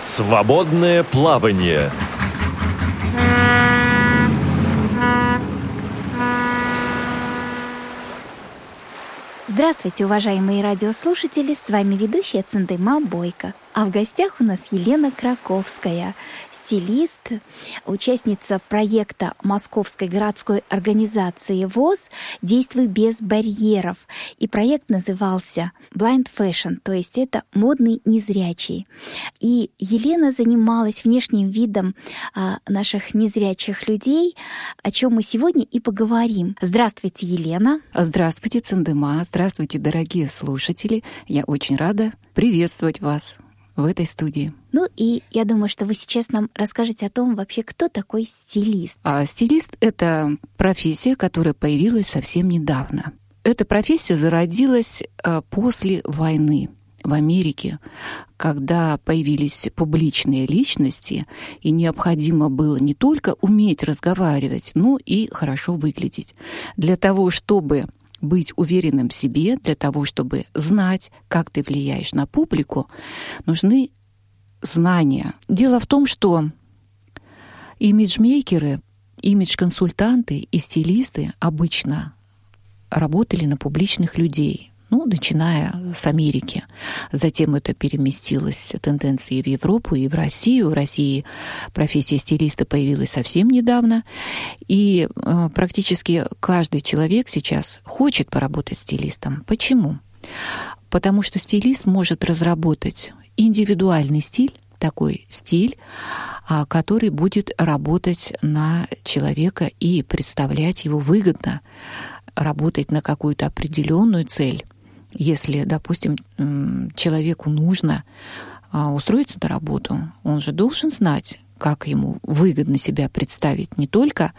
Свободное плавание. Здравствуйте, уважаемые радиослушатели! С вами ведущая Цендема Бойко. А в гостях у нас Елена Краковская, стилист, участница проекта Московской городской организации ВОС «Действуй без барьеров». И проект назывался Blind Fashion, то есть это модный незрячий. И Елена занималась внешним видом наших незрячих людей, о чем мы сегодня и поговорим. Здравствуйте, Елена. Здравствуйте, Цендема. Здравствуйте, дорогие слушатели. Я очень рада приветствовать вас в этой студии. Ну и я думаю, что вы сейчас нам расскажете о том вообще, кто такой стилист. Стилист — это профессия, которая появилась совсем недавно. Эта профессия зародилась после войны в Америке, когда появились публичные личности, и необходимо было не только уметь разговаривать, но и хорошо выглядеть. Для того, чтобы быть уверенным в себе, для того, чтобы знать, как ты влияешь на публику, нужны знания. Дело в том, что имиджмейкеры, имидж-консультанты и стилисты обычно работали на публичных людей, начиная с Америки. Затем это переместилось тенденции в Европу и в Россию. В России профессия стилиста появилась совсем недавно. И практически каждый человек сейчас хочет поработать стилистом. Почему? Потому что стилист может разработать индивидуальный стиль, такой стиль, который будет работать на человека и представлять его выгодно, работать на какую-то определенную цель. Если, допустим, человеку нужно устроиться на работу, он же должен знать, как ему выгодно себя представить не только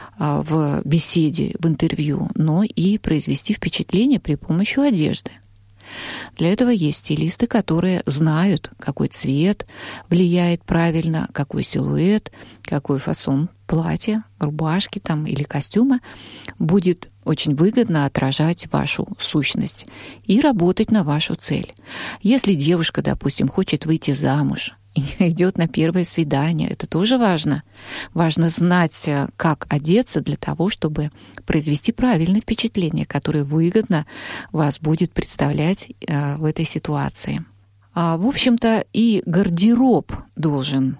в беседе, в интервью, но и произвести впечатление при помощи одежды. Для этого есть стилисты, которые знают, какой цвет влияет правильно, какой силуэт, какой фасон платья, рубашки или костюма будет очень выгодно отражать вашу сущность и работать на вашу цель. Если девушка, допустим, хочет выйти замуж и идет на первое свидание, это тоже важно. Важно знать, как одеться для того, чтобы произвести правильное впечатление, которое выгодно вас будет представлять в этой ситуации. В общем-то, и гардероб должен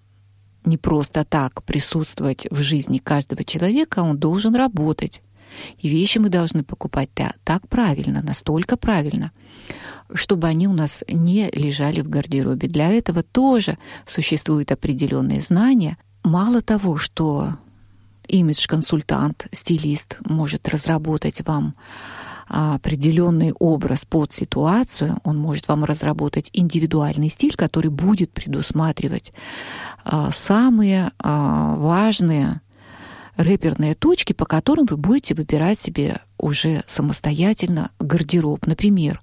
не просто так присутствовать в жизни каждого человека, он должен работать. И вещи мы должны покупать так правильно, настолько правильно, чтобы они у нас не лежали в гардеробе. Для этого тоже существуют определенные знания. Мало того, что имидж-консультант, стилист может разработать вам определенный образ под ситуацию, он может вам разработать индивидуальный стиль, который будет предусматривать самые важные реперные точки, по которым вы будете выбирать себе уже самостоятельно гардероб. Например,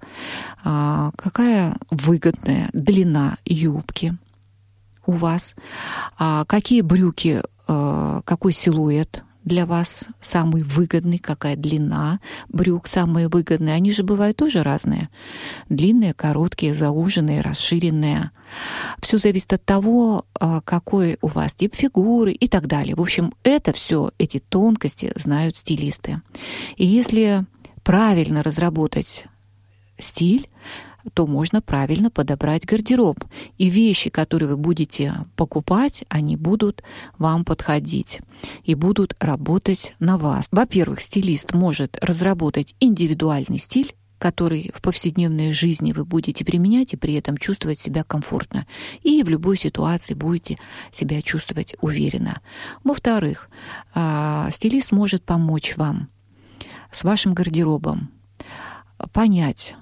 какая выгодная длина юбки у вас, какие брюки, какой силуэт для вас самый выгодный, какая длина брюк самая выгодная. Они же бывают тоже разные. Длинные, короткие, зауженные, расширенные. Все зависит от того, какой у вас тип фигуры и так далее. В общем, это все, эти тонкости знают стилисты. И если правильно разработать стиль, то можно правильно подобрать гардероб. И вещи, которые вы будете покупать, они будут вам подходить и будут работать на вас. Во-первых, стилист может разработать индивидуальный стиль, который в повседневной жизни вы будете применять и при этом чувствовать себя комфортно. И в любой ситуации будете себя чувствовать уверенно. Во-вторых, стилист может помочь вам с вашим гардеробом понять,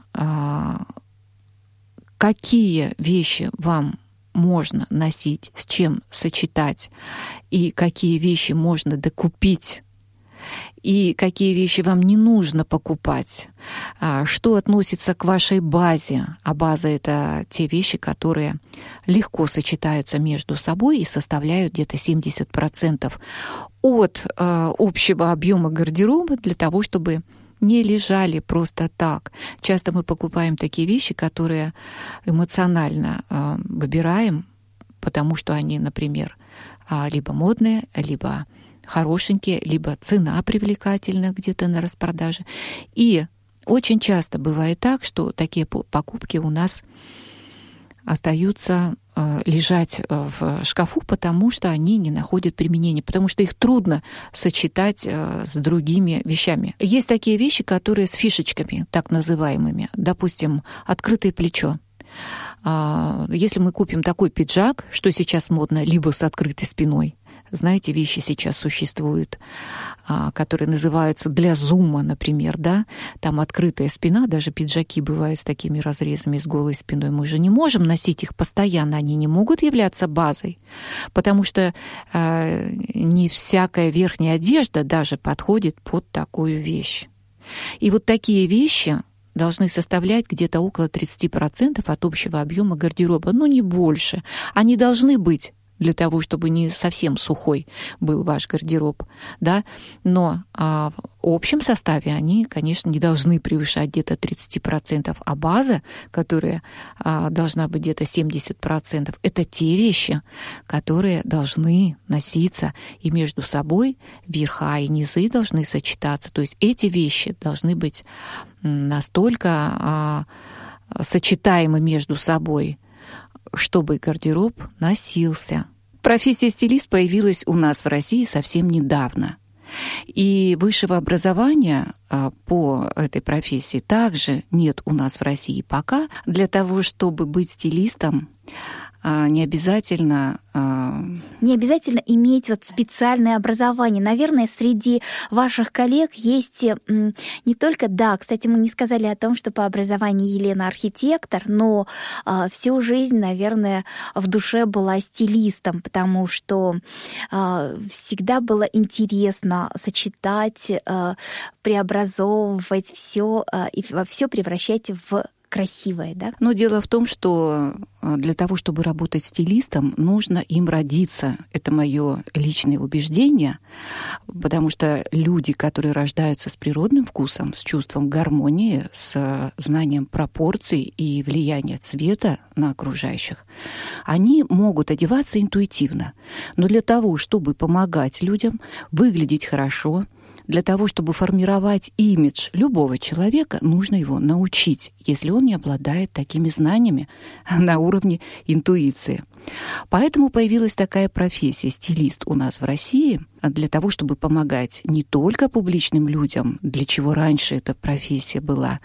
какие вещи вам можно носить, с чем сочетать, и какие вещи можно докупить, и какие вещи вам не нужно покупать, что относится к вашей базе. А база — это те вещи, которые легко сочетаются между собой и составляют где-то 70% от общего объема гардероба для того, чтобы не лежали просто так. Часто мы покупаем такие вещи, которые эмоционально выбираем потому что они, например, либо модные, либо хорошенькие, либо цена привлекательна где-то на распродаже. И очень часто бывает так, что такие покупки у нас остаются лежать в шкафу, потому что они не находят применения, потому что их трудно сочетать с другими вещами. Есть такие вещи, которые с фишечками, так называемыми. Допустим, открытое плечо. Если мы купим такой пиджак, что сейчас модно, либо с открытой спиной, знаете, вещи сейчас существуют, которые называются для зума, например, да, там открытая спина, даже пиджаки бывают с такими разрезами, с голой спиной. Мы же не можем носить их постоянно, они не могут являться базой, потому что не всякая верхняя одежда даже подходит под такую вещь. И вот такие вещи должны составлять где-то около 30% от общего объема гардероба, но не больше. Они должны быть для того, чтобы не совсем сухой был ваш гардероб, да, но в общем составе они, конечно, не должны превышать где-то 30%, а база, которая должна быть где-то 70%, это те вещи, которые должны носиться и между собой, верха и низы должны сочетаться, то есть эти вещи должны быть настолько сочетаемы между собой, чтобы гардероб носился. Профессия стилист появилась у нас в России совсем недавно. И высшего образования по этой профессии также нет у нас в России пока. Для того, чтобы быть стилистом, не обязательно иметь вот специальное образование. Наверное, среди ваших коллег есть не только, да, кстати, мы не сказали о том, что по образованию Елена архитектор, но всю жизнь, наверное, в душе была стилистом, потому что всегда было интересно сочетать, преобразовывать все и во все превращать в красивое, да? Но дело в том, что для того, чтобы работать стилистом, нужно им родиться. Это мое личное убеждение, потому что люди, которые рождаются с природным вкусом, с чувством гармонии, с знанием пропорций и влияния цвета на окружающих, они могут одеваться интуитивно. Но для того, чтобы помогать людям выглядеть хорошо, для того, чтобы формировать имидж любого человека, нужно его научить, если он не обладает такими знаниями на уровне интуиции. Поэтому появилась такая профессия стилист у нас в России для того, чтобы помогать не только публичным людям, для чего раньше эта профессия была,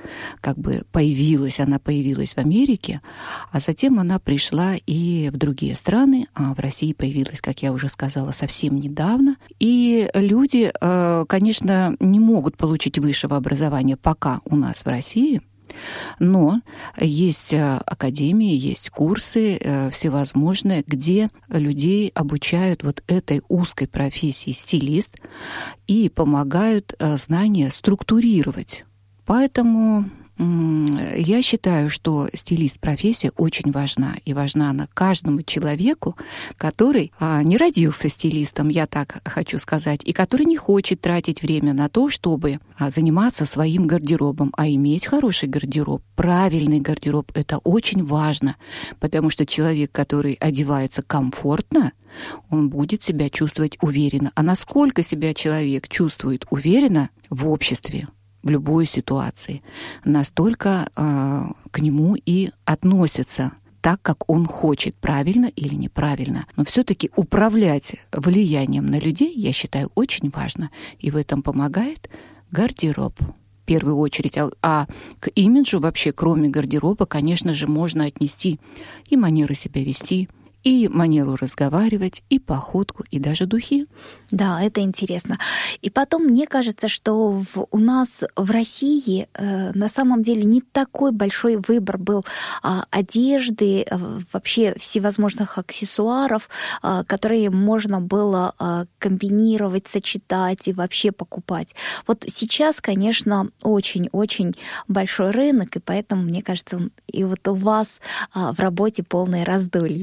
она появилась в Америке, а затем она пришла и в другие страны, а в России появилась, как я уже сказала, совсем недавно. И люди, конечно, не могут получить высшего образования пока у нас в России, но есть академии, есть курсы всевозможные, где людей обучают вот этой узкой профессии стилист и помогают знания структурировать. Поэтому я считаю, что стилист-профессия очень важна. И важна она каждому человеку, который не родился стилистом, я так хочу сказать, и который не хочет тратить время на то, чтобы заниматься своим гардеробом. А иметь хороший гардероб, правильный гардероб — это очень важно, потому что человек, который одевается комфортно, он будет себя чувствовать уверенно. А насколько себя человек чувствует уверенно в обществе, в любой ситуации, настолько к нему и относятся так, как он хочет, правильно или неправильно. Но все-таки управлять влиянием на людей, я считаю, очень важно. И в этом помогает гардероб. В первую очередь. А к имиджу вообще, кроме гардероба, конечно же, можно отнести и манеры себя вести, и манеру разговаривать, и походку, и даже духи. Да, это интересно. И потом, мне кажется, что у нас в России на самом деле не такой большой выбор был одежды, вообще всевозможных аксессуаров, которые можно было комбинировать, сочетать и вообще покупать. Вот сейчас, конечно, очень-очень большой рынок, и поэтому, мне кажется, и вот у вас в работе полное раздолье.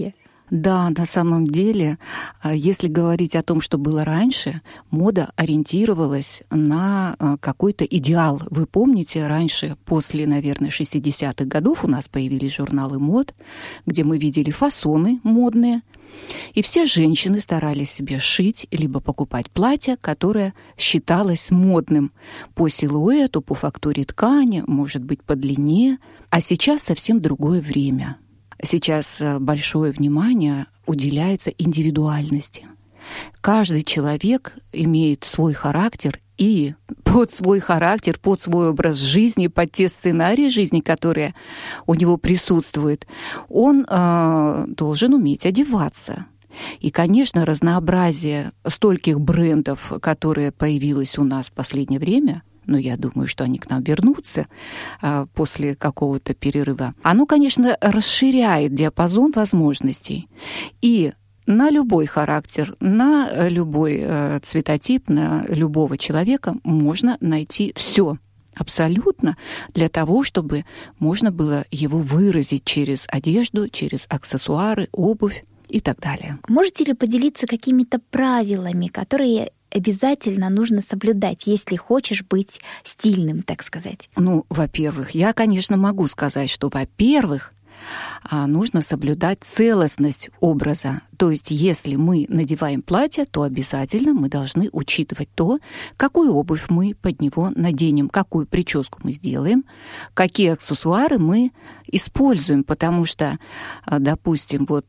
Да, на самом деле, если говорить о том, что было раньше, мода ориентировалась на какой-то идеал. Вы помните, раньше, после, наверное, 60-х годов у нас появились журналы мод, где мы видели фасоны модные, и все женщины старались себе шить либо покупать платье, которое считалось модным по силуэту, по фактуре ткани, может быть, по длине. А сейчас совсем другое время. Сейчас большое внимание уделяется индивидуальности. Каждый человек имеет свой характер, и под свой характер, под свой образ жизни, под те сценарии жизни, которые у него присутствуют, он должен уметь одеваться. И, конечно, разнообразие стольких брендов, которые появилось у нас в последнее время, но я думаю, что они к нам вернутся после какого-то перерыва, оно, конечно, расширяет диапазон возможностей. И на любой характер, на любой цветотип, на любого человека можно найти все абсолютно для того, чтобы можно было его выразить через одежду, через аксессуары, обувь и так далее. Можете ли поделиться какими-то правилами, которые обязательно нужно соблюдать, если хочешь быть стильным, так сказать? Ну, во-первых, я, конечно, могу сказать, что, во-первых, нужно соблюдать целостность образа. То есть, если мы надеваем платье, то обязательно мы должны учитывать то, какую обувь мы под него наденем, какую прическу мы сделаем, какие аксессуары мы используем. Потому что, допустим, вот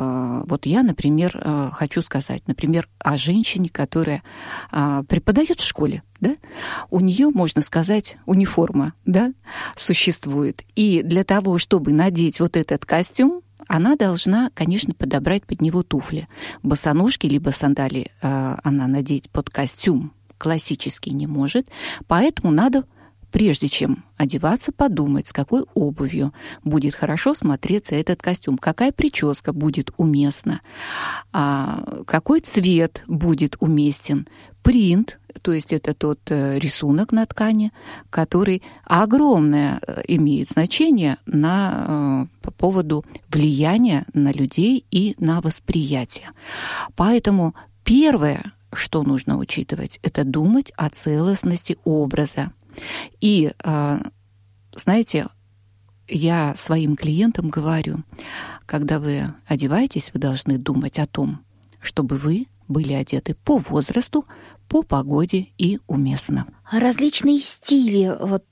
я, например, хочу сказать, например, о женщине, которая преподает в школе. Да? У нее, можно сказать, униформа, да, существует. И для того, чтобы надеть вот этот костюм, она должна, конечно, подобрать под него туфли. Босоножки либо сандалии она надеть под костюм классический не может. Поэтому надо, прежде чем одеваться, подумать, с какой обувью будет хорошо смотреться этот костюм, какая прическа будет уместна, какой цвет будет уместен, принт, то есть это тот рисунок на ткани, который огромное имеет значение по поводу влияния на людей и на восприятие. Поэтому первое, что нужно учитывать, это думать о целостности образа. И, знаете, я своим клиентам говорю, когда вы одеваетесь, вы должны думать о том, чтобы вы были одеты по возрасту, по погоде и уместно. Различные стили,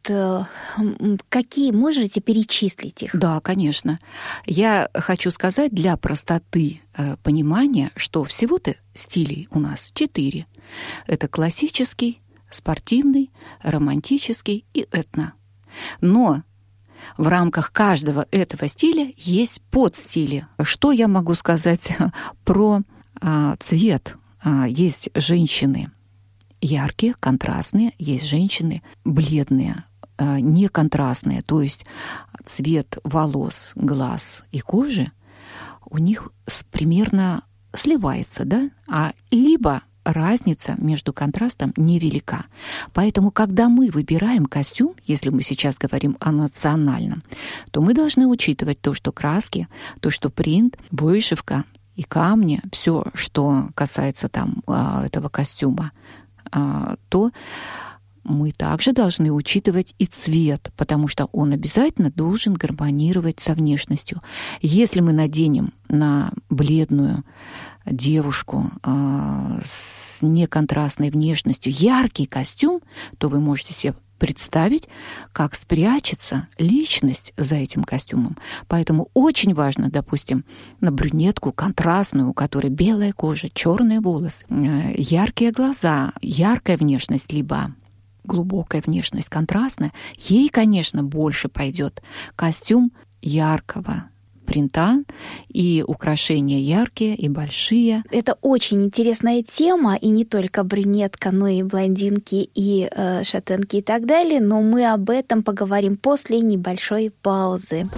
какие можете перечислить их? Да, конечно. Я хочу сказать для простоты понимания, что всего-то стилей у нас 4. Это классический, спортивный, романтический и этно. Но в рамках каждого этого стиля есть подстили. Что я могу сказать про цвет? Есть женщины яркие, контрастные, есть женщины бледные, неконтрастные, то есть цвет волос, глаз и кожи у них примерно сливается, да? Либо разница между контрастом невелика. Поэтому, когда мы выбираем костюм, если мы сейчас говорим о национальном, то мы должны учитывать то, что краски, то, что принт, вышивка и камни, все, что касается этого костюма, то мы также должны учитывать и цвет, потому что он обязательно должен гармонировать со внешностью. Если мы наденем на бледную девушку с неконтрастной внешностью яркий костюм, то вы можете себе представить, как спрячется личность за этим костюмом. Поэтому очень важно, допустим, на брюнетку контрастную, у которой белая кожа, черные волосы, яркие глаза, яркая внешность, либо глубокая внешность контрастная, ей, конечно, больше пойдет костюм яркого принта, и украшения яркие и большие. Это очень интересная тема, и не только брюнетка, но и блондинки, и шатенки и так далее, но мы об этом поговорим после небольшой паузы.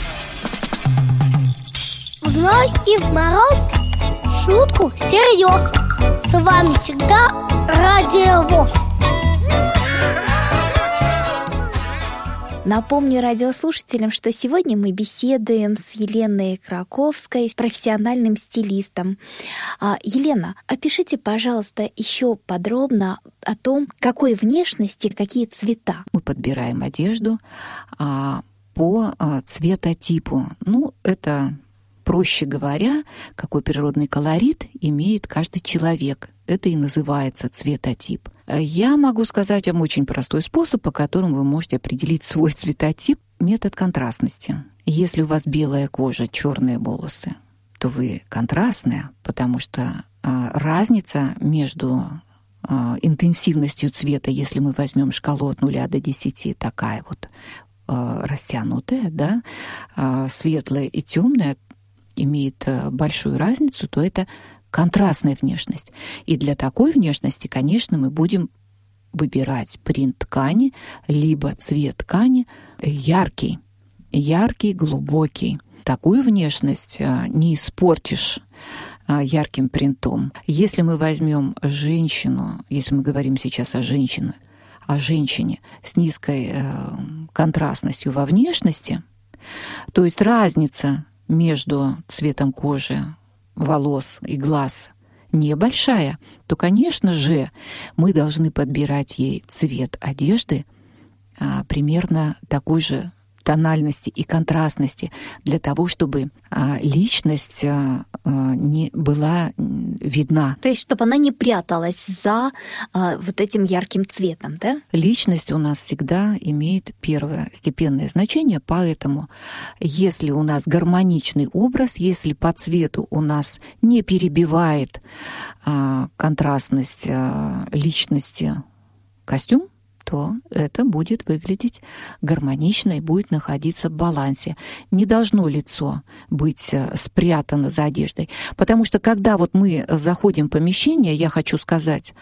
В зной и в мороз шутку серьез. С вами всегда Радио ВОС. Напомню радиослушателям, что сегодня мы беседуем с Еленой Краковской, профессиональным стилистом. Елена, опишите, пожалуйста, еще подробно о том, какой внешности, какие цвета. Мы подбираем одежду по цветотипу. Это, проще говоря, какой природный колорит имеет каждый человек. Это и называется цветотип. Я могу сказать вам очень простой способ, по которому вы можете определить свой цветотип. Метод контрастности. Если у вас белая кожа, черные волосы, то вы контрастная, потому что разница между интенсивностью цвета, если мы возьмем шкалу от 0 до 10, такая вот растянутая, да, светлая и темная, имеет большую разницу, то это контрастная внешность. И для такой внешности, конечно, мы будем выбирать принт ткани, либо цвет ткани яркий, глубокий. Такую внешность не испортишь ярким принтом. Если мы возьмем женщину, если мы говорим сейчас о женщине с низкой контрастностью во внешности, то есть разница между цветом кожи, волос и глаз небольшая, то, конечно же, мы должны подбирать ей цвет одежды примерно такой же тональности и контрастности для того, чтобы личность не была видна. То есть, чтобы она не пряталась за вот этим ярким цветом, да? Личность у нас всегда имеет первостепенное значение, поэтому если у нас гармоничный образ, если по цвету у нас не перебивает контрастность личности костюм, то это будет выглядеть гармонично и будет находиться в балансе. Не должно лицо быть спрятано за одеждой. Потому что когда вот мы заходим в помещение, я хочу сказать,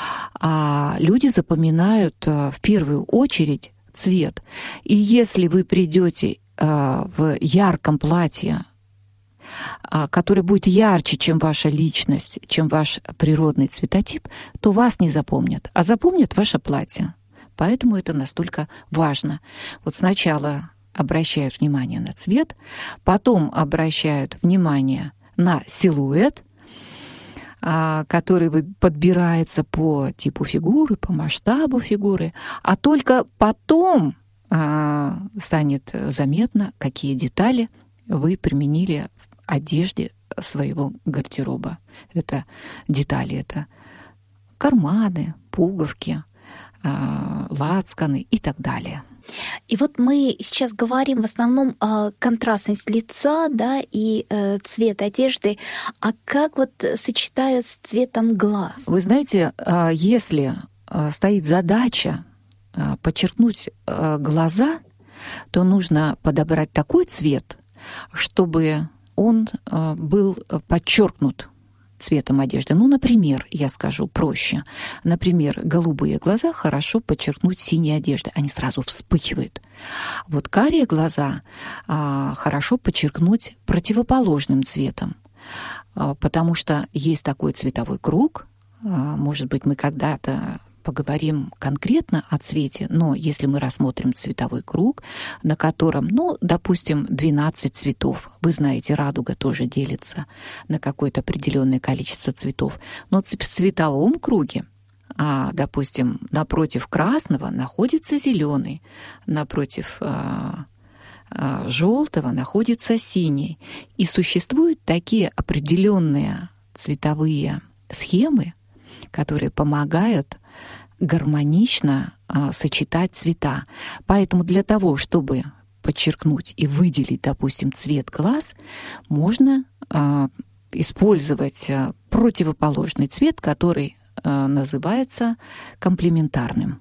люди запоминают в первую очередь цвет. И если вы придете в ярком платье, которое будет ярче, чем ваша личность, чем ваш природный цветотип, то вас не запомнят, а запомнят ваше платье. Поэтому это настолько важно. Вот сначала обращают внимание на цвет, потом обращают внимание на силуэт, который подбирается по типу фигуры, по масштабу фигуры, а только потом станет заметно, какие детали вы применили в одежде своего гардероба. Это детали, это карманы, пуговки, лацканы и так далее. И вот мы сейчас говорим в основном о контрастность лица, да, и цвет одежды. А как вот сочетают с цветом глаз? Вы знаете, если стоит задача подчеркнуть глаза, то нужно подобрать такой цвет, чтобы он был подчеркнут цветом одежды. Например, я скажу проще. Например, голубые глаза хорошо подчеркнуть синей одеждой. Они сразу вспыхивают. Вот карие глаза хорошо подчеркнуть противоположным цветом. Потому что есть такой цветовой круг. Может быть, мы когда-то поговорим конкретно о цвете, но если мы рассмотрим цветовой круг, на котором, допустим, 12 цветов, вы знаете, радуга тоже делится на какое-то определенное количество цветов, но в цветовом круге, допустим, напротив красного находится зеленый, напротив желтого находится синий. И существуют такие определенные цветовые схемы, которые помогают гармонично сочетать цвета. Поэтому для того, чтобы подчеркнуть и выделить, допустим, цвет глаз, можно использовать противоположный цвет, который называется комплементарным.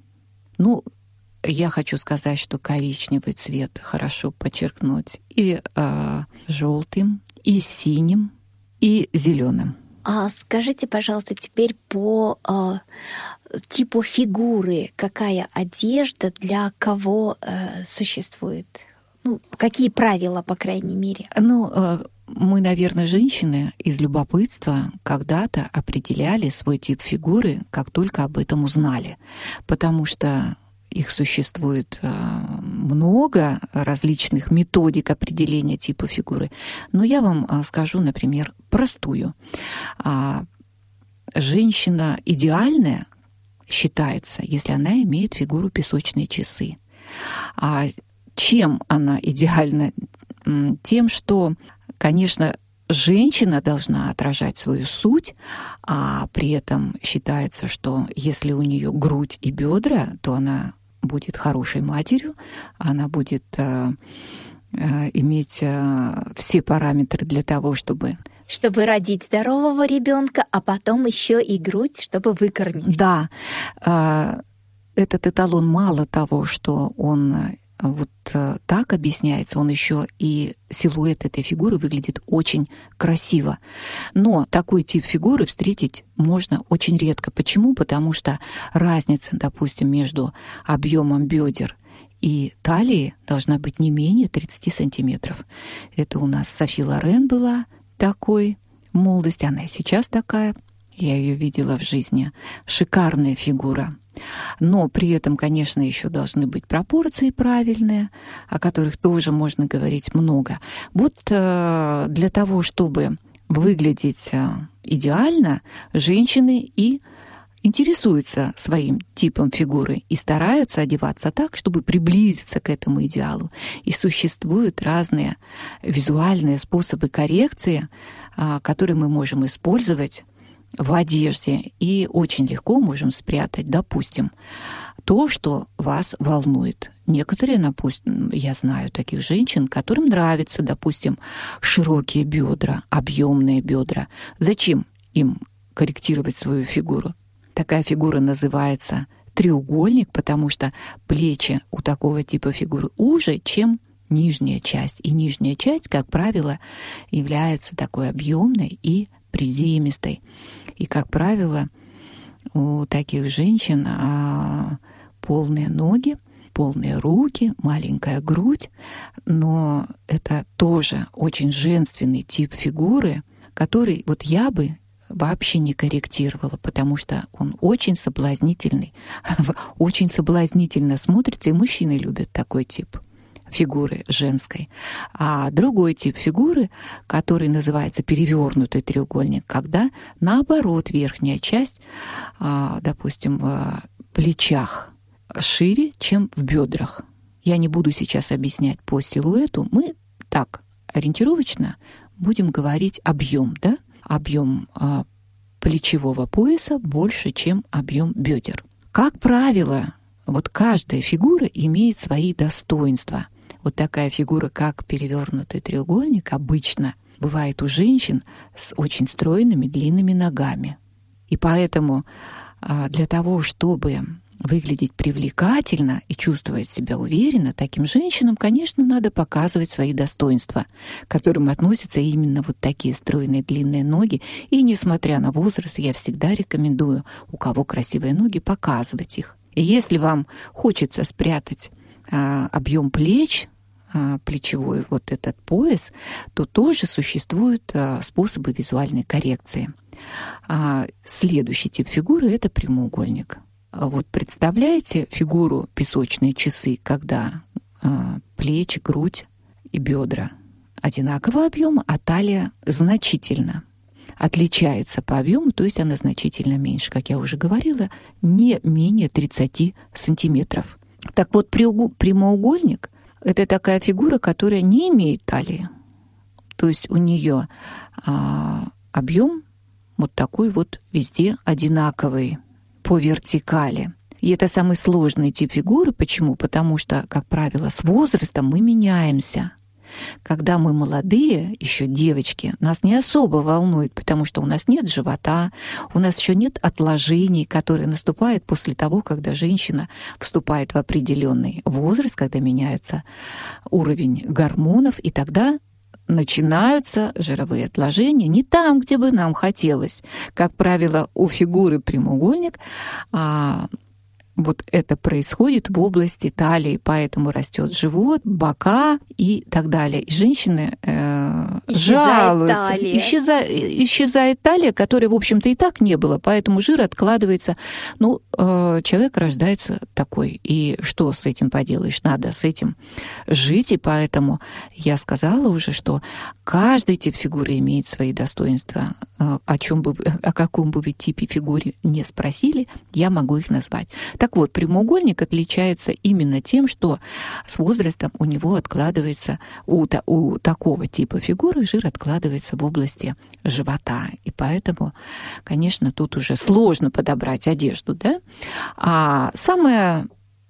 Я хочу сказать, что коричневый цвет хорошо подчеркнуть и желтым, и синим, и зеленым. А скажите, пожалуйста, теперь по типу фигуры, какая одежда для кого существует? Какие правила, по крайней мере? Мы, наверное, женщины из любопытства когда-то определяли свой тип фигуры, как только об этом узнали. Потому что Их существует много различных методик определения типа фигуры. Но я вам скажу, например, простую. Женщина идеальная считается, если она имеет фигуру песочные часы. А чем она идеальна? Тем, что, конечно, женщина должна отражать свою суть, а при этом считается, что если у нее грудь и бедра, то она будет хорошей матерью, она будет иметь все параметры для того, чтобы родить здорового ребенка, а потом еще и грудь, чтобы выкормить. Да, этот эталон мало того, что он вот так объясняется, он еще и силуэт этой фигуры выглядит очень красиво. Но такой тип фигуры встретить можно очень редко. Почему? Потому что разница, допустим, между объемом бедер и талии должна быть не менее 30 сантиметров. Это у нас Софи Лорен была такой в молодости, она и сейчас такая. Я ее видела в жизни. Шикарная фигура. Но при этом, конечно, еще должны быть пропорции правильные, о которых тоже можно говорить много. Вот для того, чтобы выглядеть идеально, женщины и интересуются своим типом фигуры и стараются одеваться так, чтобы приблизиться к этому идеалу. И существуют разные визуальные способы коррекции, которые мы можем использовать в одежде, и очень легко можем спрятать, допустим, то, что вас волнует. Некоторые, допустим, я знаю таких женщин, которым нравятся, допустим, широкие бедра, объемные бедра. Зачем им корректировать свою фигуру? Такая фигура называется треугольник, потому что плечи у такого типа фигуры уже, чем нижняя часть. И нижняя часть, как правило, является такой объемной и приземистой. И, как правило, у таких женщин полные ноги, полные руки, маленькая грудь, но это тоже очень женственный тип фигуры, который вот я бы вообще не корректировала, потому что он очень соблазнительный, очень соблазнительно смотрится, и мужчины любят такой тип фигуры женской. А другой тип фигуры, который называется перевернутый треугольник, когда наоборот верхняя часть, допустим, в плечах шире, чем в бедрах. Я не буду сейчас объяснять по силуэту. Мы так ориентировочно будем говорить объем, да? Объем плечевого пояса больше, чем объем бедер. Как правило, вот каждая фигура имеет свои достоинства. Вот такая фигура, как перевернутый треугольник, обычно бывает у женщин с очень стройными длинными ногами. И поэтому для того, чтобы выглядеть привлекательно и чувствовать себя уверенно, таким женщинам, конечно, надо показывать свои достоинства, к которым относятся именно вот такие стройные длинные ноги. И несмотря на возраст, я всегда рекомендую, у кого красивые ноги, показывать их. И если вам хочется спрятать объем плеч, плечевой вот этот пояс, то тоже существуют способы визуальной коррекции. Следующий тип фигуры — это прямоугольник. Вот представляете фигуру песочные часы, когда плечи, грудь и бедра одинакового объема, а талия значительно отличается по объему, то есть она значительно меньше, как я уже говорила, не менее 30 сантиметров. Так вот, прямоугольник — это такая фигура, которая не имеет талии. То есть у нее объем вот такой вот везде одинаковый по вертикали. И это самый сложный тип фигуры. Почему? Потому что, как правило, с возрастом мы меняемся. Когда мы молодые, еще девочки, нас не особо волнует, потому что у нас нет живота, у нас еще нет отложений, которые наступают после того, когда женщина вступает в определенный возраст, когда меняется уровень гормонов, и тогда начинаются жировые отложения не там, где бы нам хотелось. Как правило, у фигуры прямоугольник вот это происходит в области талии, поэтому растет живот, бока и так далее. И женщины жалуются. Исчезает талия, которой, в общем-то, и так не было, поэтому жир откладывается. Ну, человек рождается такой, и что с этим поделаешь? Надо с этим жить, и поэтому я сказала уже, что каждый тип фигуры имеет свои достоинства. О каком бы вы типе фигуры не спросили, я могу их назвать. Так вот, прямоугольник отличается именно тем, что с возрастом у него откладывается, у такого типа фигуры жир откладывается в области живота. И поэтому, конечно, тут уже сложно подобрать одежду, да? А самый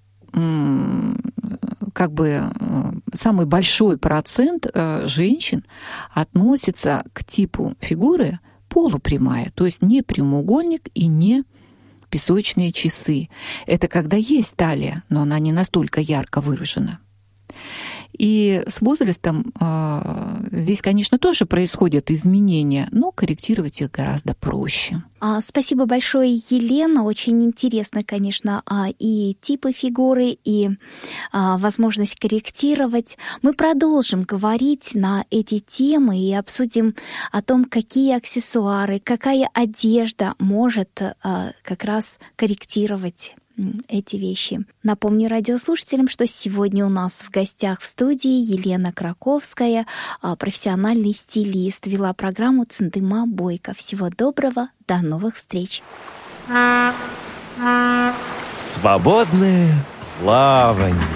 большой процент женщин относится к типу фигуры полупрямая, то есть не прямоугольник и не песочные часы. Это когда есть талия, но она не настолько ярко выражена. И с возрастом здесь, конечно, тоже происходят изменения, но корректировать их гораздо проще. Спасибо большое, Елена. Очень интересно, конечно, и типы фигуры, и возможность корректировать. Мы продолжим говорить на эти темы и обсудим о том, какие аксессуары, какая одежда может как раз корректировать эти вещи. Напомню радиослушателям, что сегодня у нас в гостях в студии Елена Краковская, профессиональный стилист, вела программу Центыма Бойко. Всего доброго, до новых встреч. Свободное плавание.